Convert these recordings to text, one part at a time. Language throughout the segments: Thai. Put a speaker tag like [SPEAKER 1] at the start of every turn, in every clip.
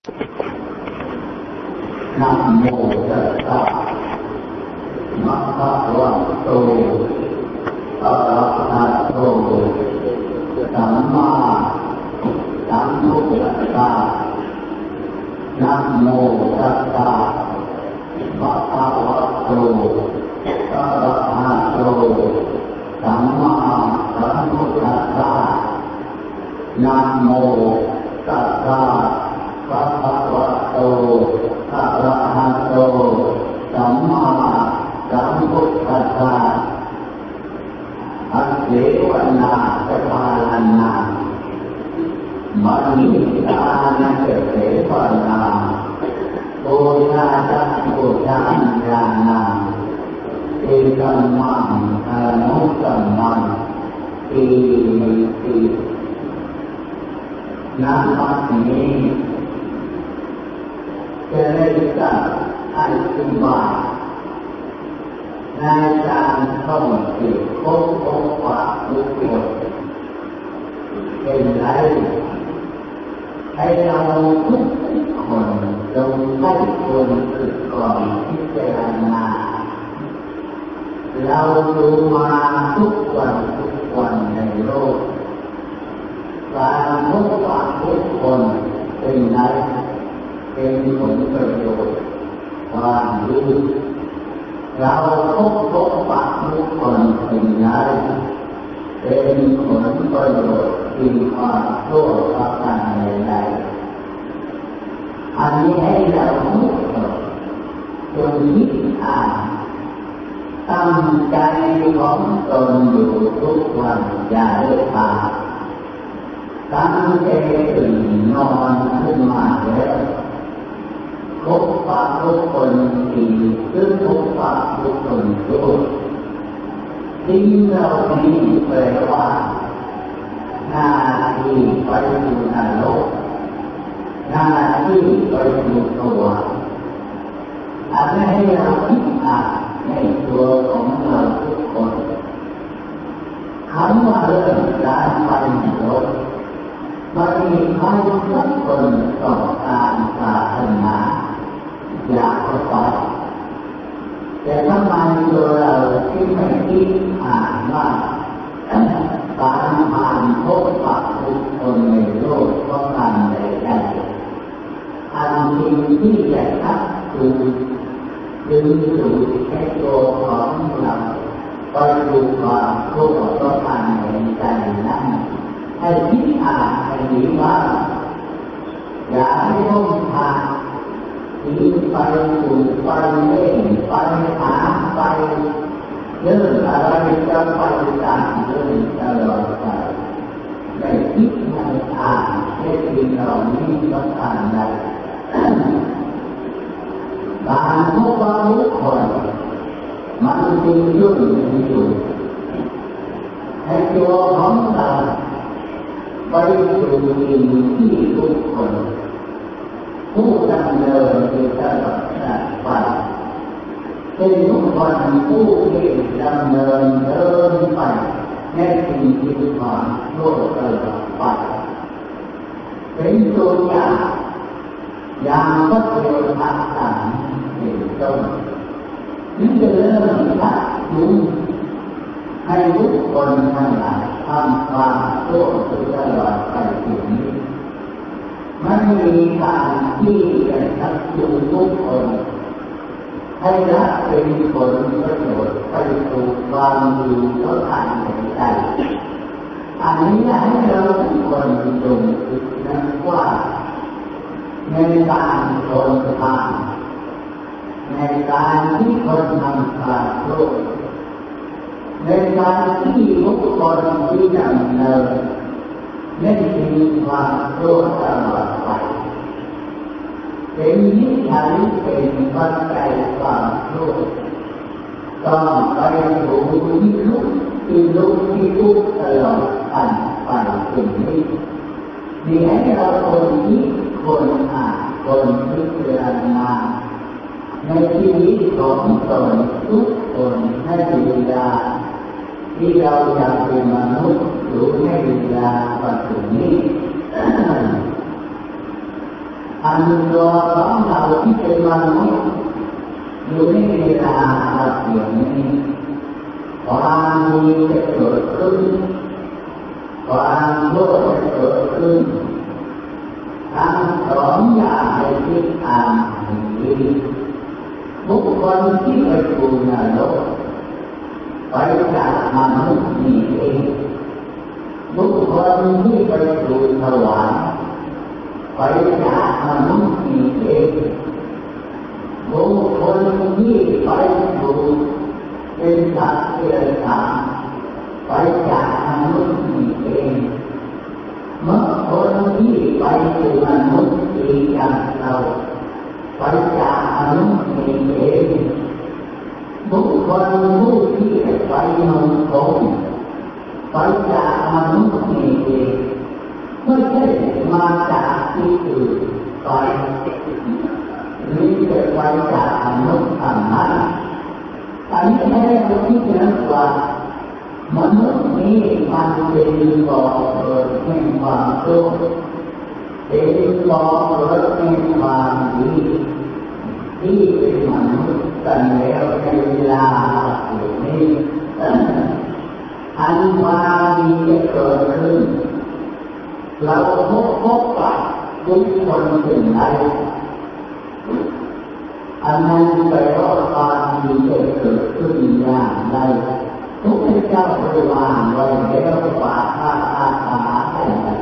[SPEAKER 1] นะโมตัสสะภะคะวะโตอะระหะโตสัมมาสัมพุทธัสสะนะโมตัสสะภะคะวะโตอะระหะโตสัมมาสัมพุทธัสสะนะโมตัสสะภะคะวะโตอะระหะโตสัมมาสัมพุทธัสสะอัสเสวนาสภาลนามัณฑิตานัสเสวนาโอชาตัสโอชาญาณังเอกัมมังอนุสัมมังอิตินะมัสมิจะได้สักอธิบายในการท่องเที่ยวพบว่าบุคคลเป็นไรให้เราทุกคนจงให้คนฝึกก่อนพิจารณาเราดูมาทุกวันในโลกการพบว่าทุกคนเป็นไรเป็นผลประโยชน์ความรู้เราพบว่าทุกคนเป็นไรเป็นผลประโยชน์ที่ความชั่วประการใดอันนี้ให้เราทุกคนจงคิดอ่านตั้งใจของตนอยู่ทุกวันอย่าได้ขาดตั้งใจตื่นนอนขึ้นมาแล้วพบปะทุกคนดีซึ่งพบปะทุกคนชั่วสิ่งเหล่านี้แปลว่าหน้าที่ไปอยู่นรกหน้าที่ไปอยู่สวรรค์อันให้เราคิดอ่านในตัวของเราทุกคนคำว่าเรื่องการไปนรกไม่มีใครสักคนต้องการปรารถนาอยากเข้าไปแต่ทำไมตัวเราที่ไม่คิดอ่านว่าการผ่านพบปะทุกคนในโลกก็การใดๆอันสิ่งที่จะทักคือดึงดูดให้ตัวของเราไปดูความทุกข์ก็การใดๆนั้นให้คิดอ่านให้ดีว่าอย่าให้ลงทางที่ไปสู่ไปเล่นไปหาไปเรื่องอะไรจะไปตามเรื่องตลอดไปได้คิดให้อ่านให้สิ่งเหล่านี้ก็ทำได้การพบว่าทุกคนมันจริงยุ่งอยู่ให้ตัวของเราไปสู่สิ่งที่ทุกคนผู้ดำเนินอยู่ตลอดไปเป็นทุกคนผู้ที่ดำเนินเดินไปในสิ่งที่ความชั่วตลอดไปเป็นตัวอย่างพระเทวทัตต่างเป็นต้นนี่จะเริ่มตัดยุงให้ทุกคนทั้งหลายทำความชั่วตลอดไปถึงนี้ไม่มีการที่จะทักจูงทุกคนให้ละเป็นผลประโยชน์ไปสู่ความดีก็ทางใดอันนี้ให้เราทุกคนจงคิดนะว่าในการคนทำในการที่คนทำความชั่วในการที่ทุกคนที่ดำเนินไม่มีความชั่วตลอดไปเป็นนิสัยเป็นปัจจัยความชั่วต้องไปสู่ที่ลุกที่ลุกตลอดไปถึงนี้มีให้เราคนที่คนอ่านคนพิจารณาในชีวิตของตนทุกคนให้เวลาที่เราอยากเป็นมนุษย์หรือให้เวลาปัจจุบันนี้ ใอันตัวของเราที่เป็นมนุษย์อยู่ในเวลาเสียงนี้ความมีจะเกิดขึ้นความรู้จะเกิดขึ้นทั้งสองอย่างในทิศทางนี้บุคคลที่ไปสู่นรกไปจากมนุษย์นี่เองบุคคลที่ไปสู่สวรรค์ไปจากมนุษย์นี่เองบุคคลที่ไปสู่เป็นสัตว์เดรัจฉานไปจากมนุษย์นี่เองเมื่อคนที่ไปสู่มนุษย์อีกอย่างเราไปจากมนุษย์นี่เองบุคคลผู้ที่ไปมนุษย์ไปจากมนุษย์นี่เองไม่ใช่มาจากที่อื่นไปหรือจะไปจากมนุษย์ทางนั้นอันนี้ไม่ได้เป็นที่เรียกว่ามนุษย์นี้มันเป็นบ่อเกิดแห่งความทุกข์เป็นบ่อเกิดแห่งความดีที่เป็นมนุษย์กันแล้วในเวลาอย่างนี้อันความดีจะเกิดขึ้นเราพบกับทุกคนเป็นไรอันนั้นแปลว่าความดีจะเกิดขึ้นอย่างไรทุกเจ้าบริวารไว้แล้วฝากอาให้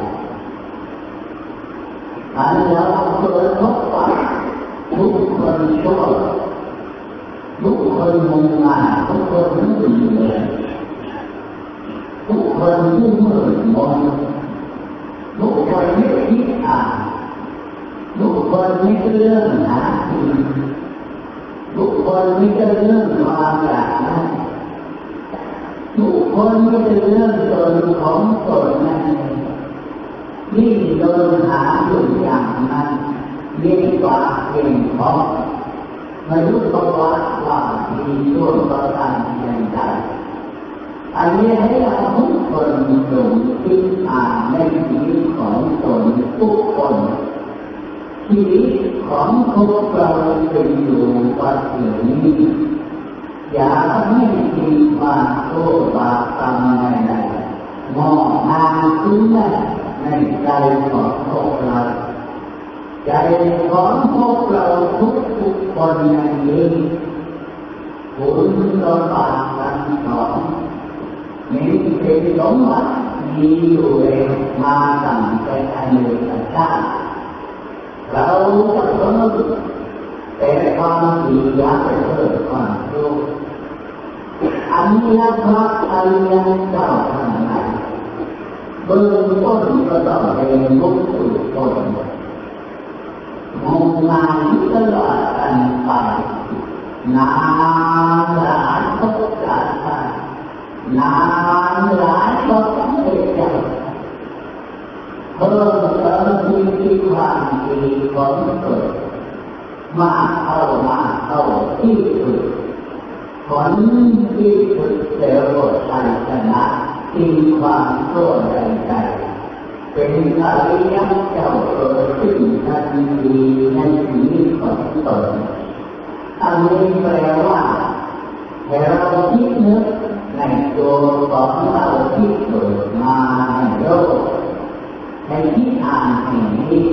[SPEAKER 1] อันเราเกิดพบกับทุกคนชั่วทุกคนมุ่งมั่นทุกคนไม่ดีเลยทุกคนที่มืดมนทุกคนไม่คิดอ่านทุกคนไม่เรื่องหากินทุกคนไม่เรื่องความอยากนั้นทุกคนไม่เรื่องตนของตนนั่นเองนี่เดินหาอยู่อย่างนั้นเรียกว่าเก่งของไม่รู้ตัวว่าดีชั่วประการอย่างใดอันนี้ให้เราทุกคนจงคิดอ่านในชีวิตของตนทุกคนชีวิตของพวกเราเป็นอยู่ปัจจุบันนี้อย่าให้มีความโลภบาปกรรมใดๆมองทางขึ้นในใจของพวกเราใจของพวกเราทุกคนในนี้บุญเราบาปกันสองมีเป็นสมบัติมีอยู่เองมาตั้งแต่อดีตชาติเราจะเพิ่มแต่ความดีอยากจะเพิ่มความรู้อันนี้พระอริยเจ้าทั้งหลายเบื้องต้นก็ต้องเป็นมุขสุขต้นมุ่งงานตลอดกันไปนานหลายภพชาตินานหลายภพไม่ได้เพิ่มเติมที่ความดีของตนมาเข้าที่สุดผลที่สุดเดี๋ยวชัยชนะที่ความชั่วใดๆเป็นอริยเจ้าเกิดขึ้นทันทีในชีวิตของตนอันนี้แปลว่าให้เราคิดนึกในตัวของเราที่เกิดมาในโลกในที่อ่านแห่งนี้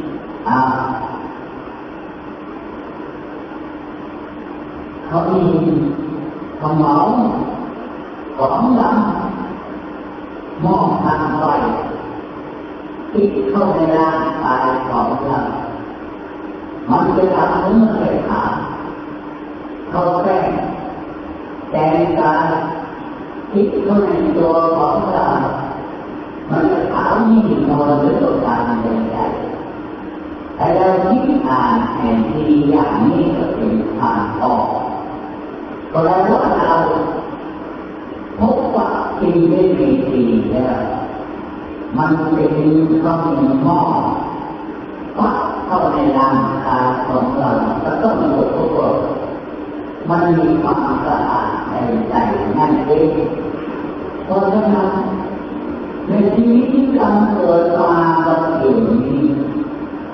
[SPEAKER 1] เขามีขมเหลาของหลังมองทางไปติดเข้าในร่างกายของเรามันจะทำให้เมื่อขาเข้าแป้งแต่งกายติดเข้าในตัวของเรามันจะขาวยิ่งนอนหรือตัวการใหญ่ๆแต่เราคิดอ่านแห่งที่อย่างนี้ก็เป็นทางออกก็แล้วว่าเราพบว่าจริงไม่มีจริงแล้วมันเป็นข้าวหม้อปักเข้าในร่างกายของเราก็ต้องหมดทุกข์มันมีความสะอาดในใจนั่นเองเพราะฉะนั้น ในชีวิตที่กำเกิดมาบนอยู่นี้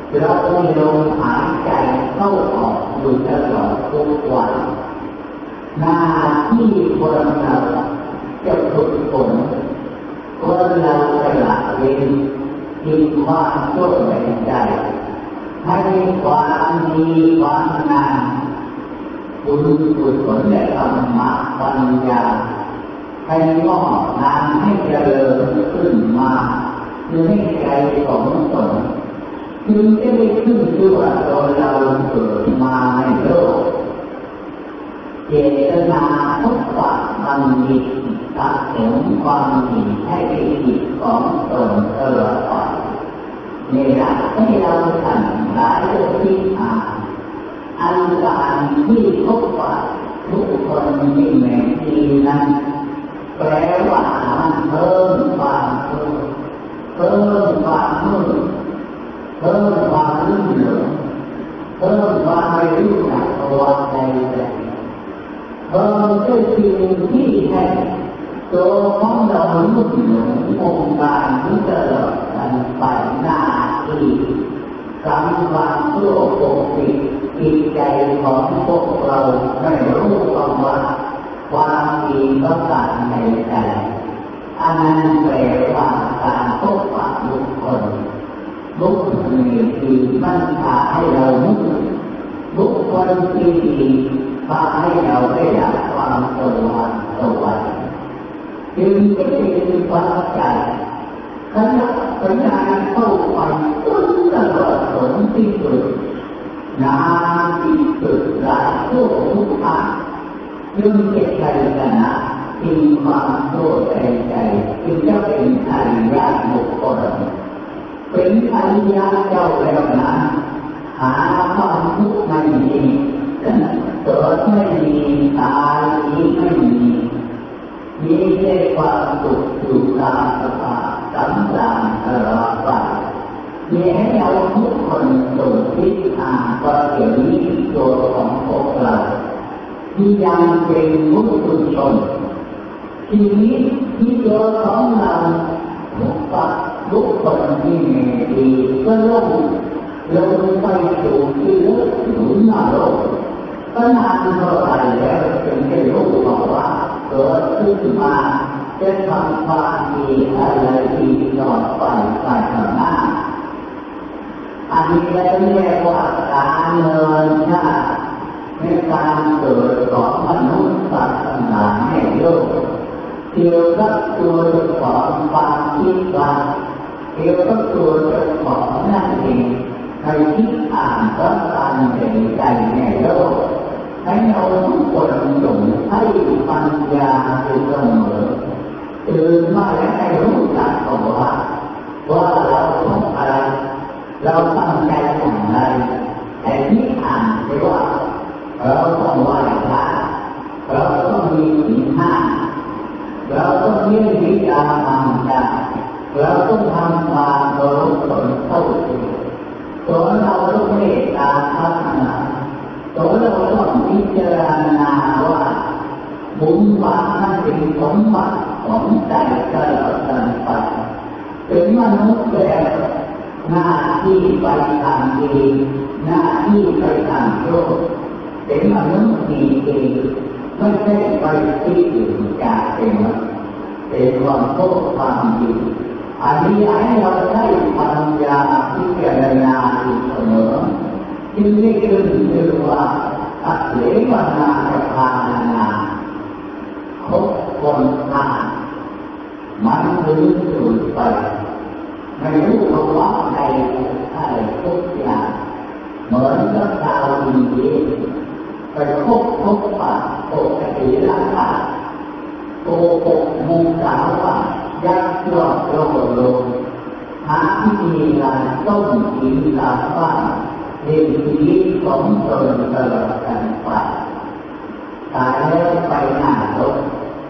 [SPEAKER 1] เรามีลมหายใจเข้าออกอยู่ตลอดทุกวันหน้าที่คนเราจะฝึกฝนคนเราจะละเว้นทิ้งความชั่วในใจให้ความดีความงามบุญกุศลและธรรมะปัญญาให้งอกงามให้เจริญขึ้นมาคือให้ใจของตนจึงจะได้ขึ้นชื่อว่าตัวเราเกิดมาในโลกเจตนาทุกปัจมันมีสะสมความดีให้เป็นจิตของตนตลอดไปนี่แหละให้เราทั้งหลายที่อันการที่ทุกปัจทุกคนมีแม้ดีนั้นแปลว่ามันเพิ่มความรู้เพิ่มความรู้เพิ่มความรู้หลงเพิ่มความไม่รู้จักตัวใจเพิ่มด้วยสิ่งที่ให้ตัวของเราลุ่มหลงองค์การที่ตลอดกันไปหน้าที่กำลังตัวปกปิดจิตใจของพวกเราไม่รู้ความว่าความดีต้องการในใจอันนั้นแปลว่าการพบปะบุคคลบุคคลนี้ที่มันพาให้เรามุ่งบุคคลที่ดีพาให้เราได้รับความสว่างสวัสดิ์จึงจะเป็นปัจจัยขณะปัญญาเข้าไปจนตลอดผลที่สุดนานที่สุดหลายชั่วทุกท่านจึงเก็บใจกันนะจึงความโซ่ใจจึงจะเป็นอริยบุคคลเป็นอริยเจ้าแล้วนะหาความทุกข์ไม่มีเกิดไม่มีตายนี้ไม่มีแต่ความสุขอยู่ตามสภาพสำราญตลอดไปมีให้เราทุกคนส่งทิศทางก็เกี่ยวนี้ตัวของพวกเราที่ยังเป็นมุตุชนชีวิตที่ตัวของเราทุกคนที่มีดีก็ลงไปสู่ที่ลึกถึงนรกก็นานเท่าไรแล้วจึงได้รู้ว่าเกิดขึ้นมาจะทำความดีอะไรดีต่อไปข้างหน้าอันนี้เรียกว่าการเงินชาติในการเกิดของมนุษย์สัตว์ทั้งหลายในโลกเกี่ยวกับตัวของความคิดว่าเกี่ยวกับตัวของนั่นเองในคิดอ่านก็การเห็นใจในโลกให้เราทุกคนจงให้ปัญญาเป็นเสมอตื่นมาแล้วให้รู้จักตัวว่าเราทำอะไรเราตั้งใจอย่างไรแต่ที่อ่านไปว่าเราต้องไหว้พระเราต้องมีศีลห้าเราต้องเลี้ยงวิชาธรรมะเราต้องทำความเคารพตนเข้าถึงตัวเราต้องเมตตาพัฒนาตัวเราต้องพิจารณาว่าบุญบาปนั้นเป็นสมบัติของใจตลอดไปเป็นมนุษย์แล้วหน้าที่ไปทางดีหน้าที่ไปทางโลกเป็นมนุษย์ดีเองไม่ใช่ไปที่อื่นจากเป็นความโชคความดีอันนี้ให้เราได้ปัญญาพิจารณาอยู่เสมอจึงได้ขึ้นชื่อว่าอัตเลวนาภานาคบคนอ่านมันถึงสุดไปไม่รู้ว่าใครทุกอย่างเหมือนกับชาวอินเดียไปพบปะปกติราคาโกหกมุงสาวว่ายักยอกโลกหาที่มีงานต้มกินตามบ้านเลี้ยงชีวิตของตนตลอดกันไปตายแล้วไปหน้ารถ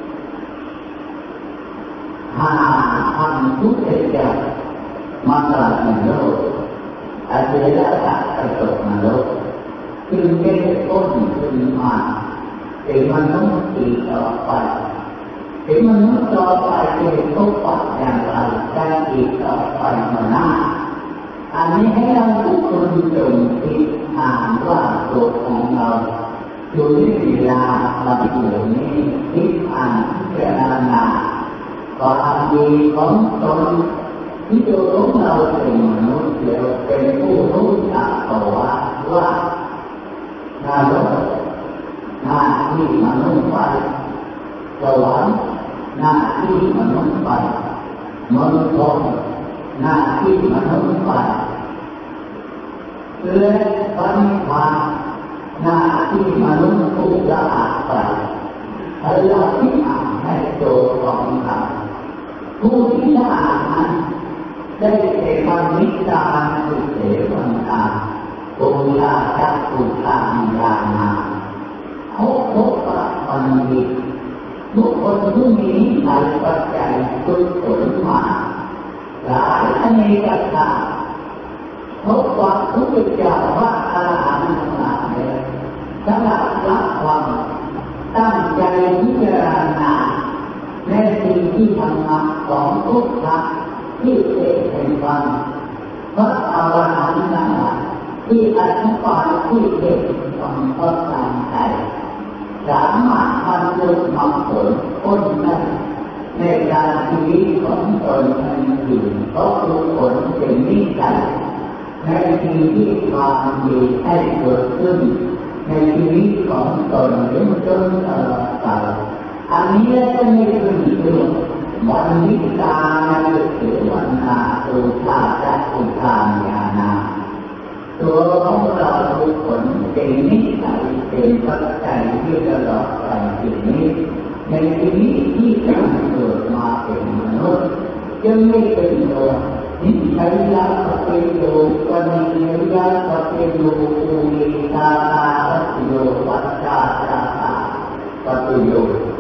[SPEAKER 1] หาทำทุกอย่างมาตลอดในโลกอาเจริญกระจกนรกจึงได้ต้นขึ้นมาเป็นมนุษย์อีกต่อไปเป็นมนุษย์ต่อไปจะพบปะอย่างไรได้อีกต่อไปมาหน้าอันนี้ให้เราทุกคนจงคิดอ่านว่าตัวของเราอยู่ในเวลาปัจจุบันนี้คิดอ่านพิจารณาความดีของตนที่ตัวของเราเป็นมนุษย์เดียวเป็นผู้รู้จักตัวว่าหน้าที่มนุษย์ไปสวรรค์หน้าที่มนุษย์ไปมรรคหน้าที่มนุษย์ไปและปณิพพานหน้าที่มนุษย์ผู้ละไปเราที่อ่านให้โจทย์ของเราผู้ที่ละนั้นได้เกิดความวิจารณ์สุเสวันตาปุญาจักขุทางญาณาเขาพบว่ามันมีบุคคลผู้มีหลายปัจจัยฝึกฝนมาหลายอเนกชาติพบว่าพระพุทธเจ้าว่าอรหันต์ทั้งหลายสละความตั้งใจพิจารณาในสิ่งที่ธรรมะของพุทธะที่เป็นความพระอรหันต์นั้นที่อธิบายที่เป็นความเข้าใจสามารถบรรลุมรรคผลพ้นได้ในการชีวิตของตนเองอยู่เพราะทุกคนเป็นนิสัยในชีวิตความดีให้เกิดขึ้นในชีวิตของตนหรือจนตลอดไปอันนี้จะไม่เป็นเรื่องวันวิชาในเสือวันนาตุชาจักขุทานญาณาตัวของเราทุกคนเป็นนิสัยเป็นปัจจัยที่ตลอดไปสิ่งนี้ในชีวิตที่เราเกิดมาเป็นมนุษย์ยังไม่เป็นตัวนิสัยละเป็นโยวันนี้ละเป็นโยภูมิตาตาวัตโยวัฏจาตาตาวัตโย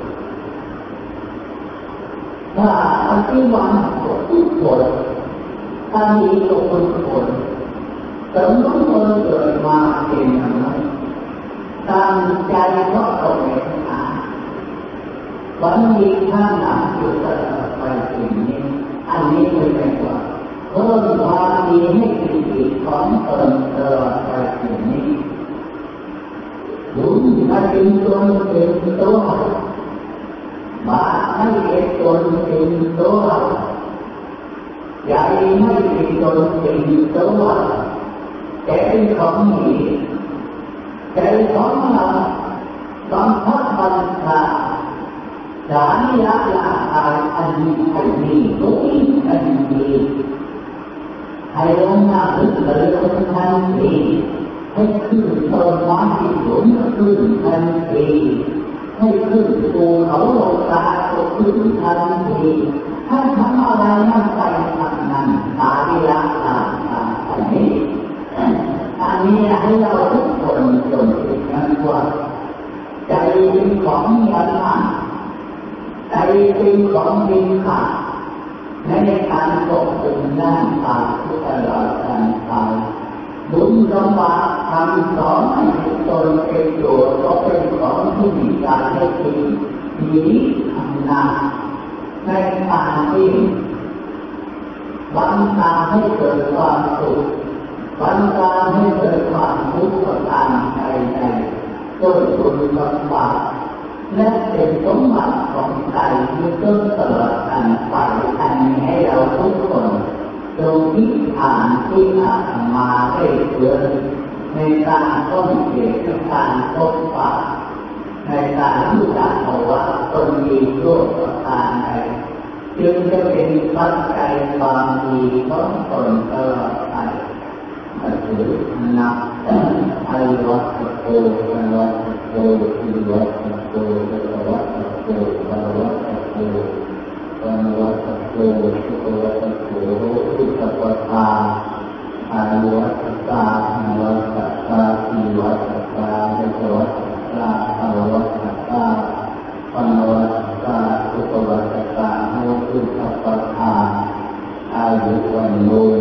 [SPEAKER 1] ถ้าอธิวันทุกคนถ้ามีตัวคนสมมติคนเกิดมาเป็นมนุษย์ตั้งใจเพราะตนเองวันนี้ท่านหลังอยู่ตลอดไปสิ่งนี้อันนี้เป็นว่าเพิ่มความดีให้สิ่งที่ของตนตลอดไปสิ่งนี้บุญถ้าเป็นตนเป็นตัวบาปไม่เป็นตนเป็นตัวใจไม่เป็นตนเป็นตัวใจของนี้ใจของเราต้องพัฒนาสานิยะละอายอันนี้อันนี้รู้อันนี้ให้ลงมาถึงเลยทันทีให้ขึ้นต้นไม้ที่สูงขึ้นทันทีให้ขึ้นภูเขาโลกาก็ขึ้นทันทีถ้าทำอะไรนั่นไปทำนั้นสานิยะละอันนี้ให้เราทุกคนจงคิดกันว่าใจเป็นของยันมาใจเป็นของมีค่าในการปกป้องร่างกายตลอดการไปบุญสมบัติทำสอนให้ตนเป็นตัวก็เป็นของที่มีการให้กินมีอำนาจในการที่บังคับให้เกิดความสุขบังคับให้เกิดความทุกข์ประการใดๆด้วยบุญสมบัติและเป็นสมบัติของใจที่ต้นตลอดกันไปอันนี้ให้เราทุกคนจงคิดอ่านที่อาตมาได้เตือนในการต้นเหตุการพบปะในการรู้จักเอาว่าตนมีรูปประการใดจึงจะเป็นปัจจัยความดีของตนตลอดไปถือนับอริวัตโกอริวัตโกอริวัตโกอริวัตโกอริวัตโกอริวัตโกสุขวัตโกสุขวัฏฐาอายุวัฏฐาอาวัฏฐาอิวัฏฐาเดชวัฏฐาอรวัฏฐาปัญวัฏฐาสุขวัฏฐาโมกุสัพพะอายุวันโน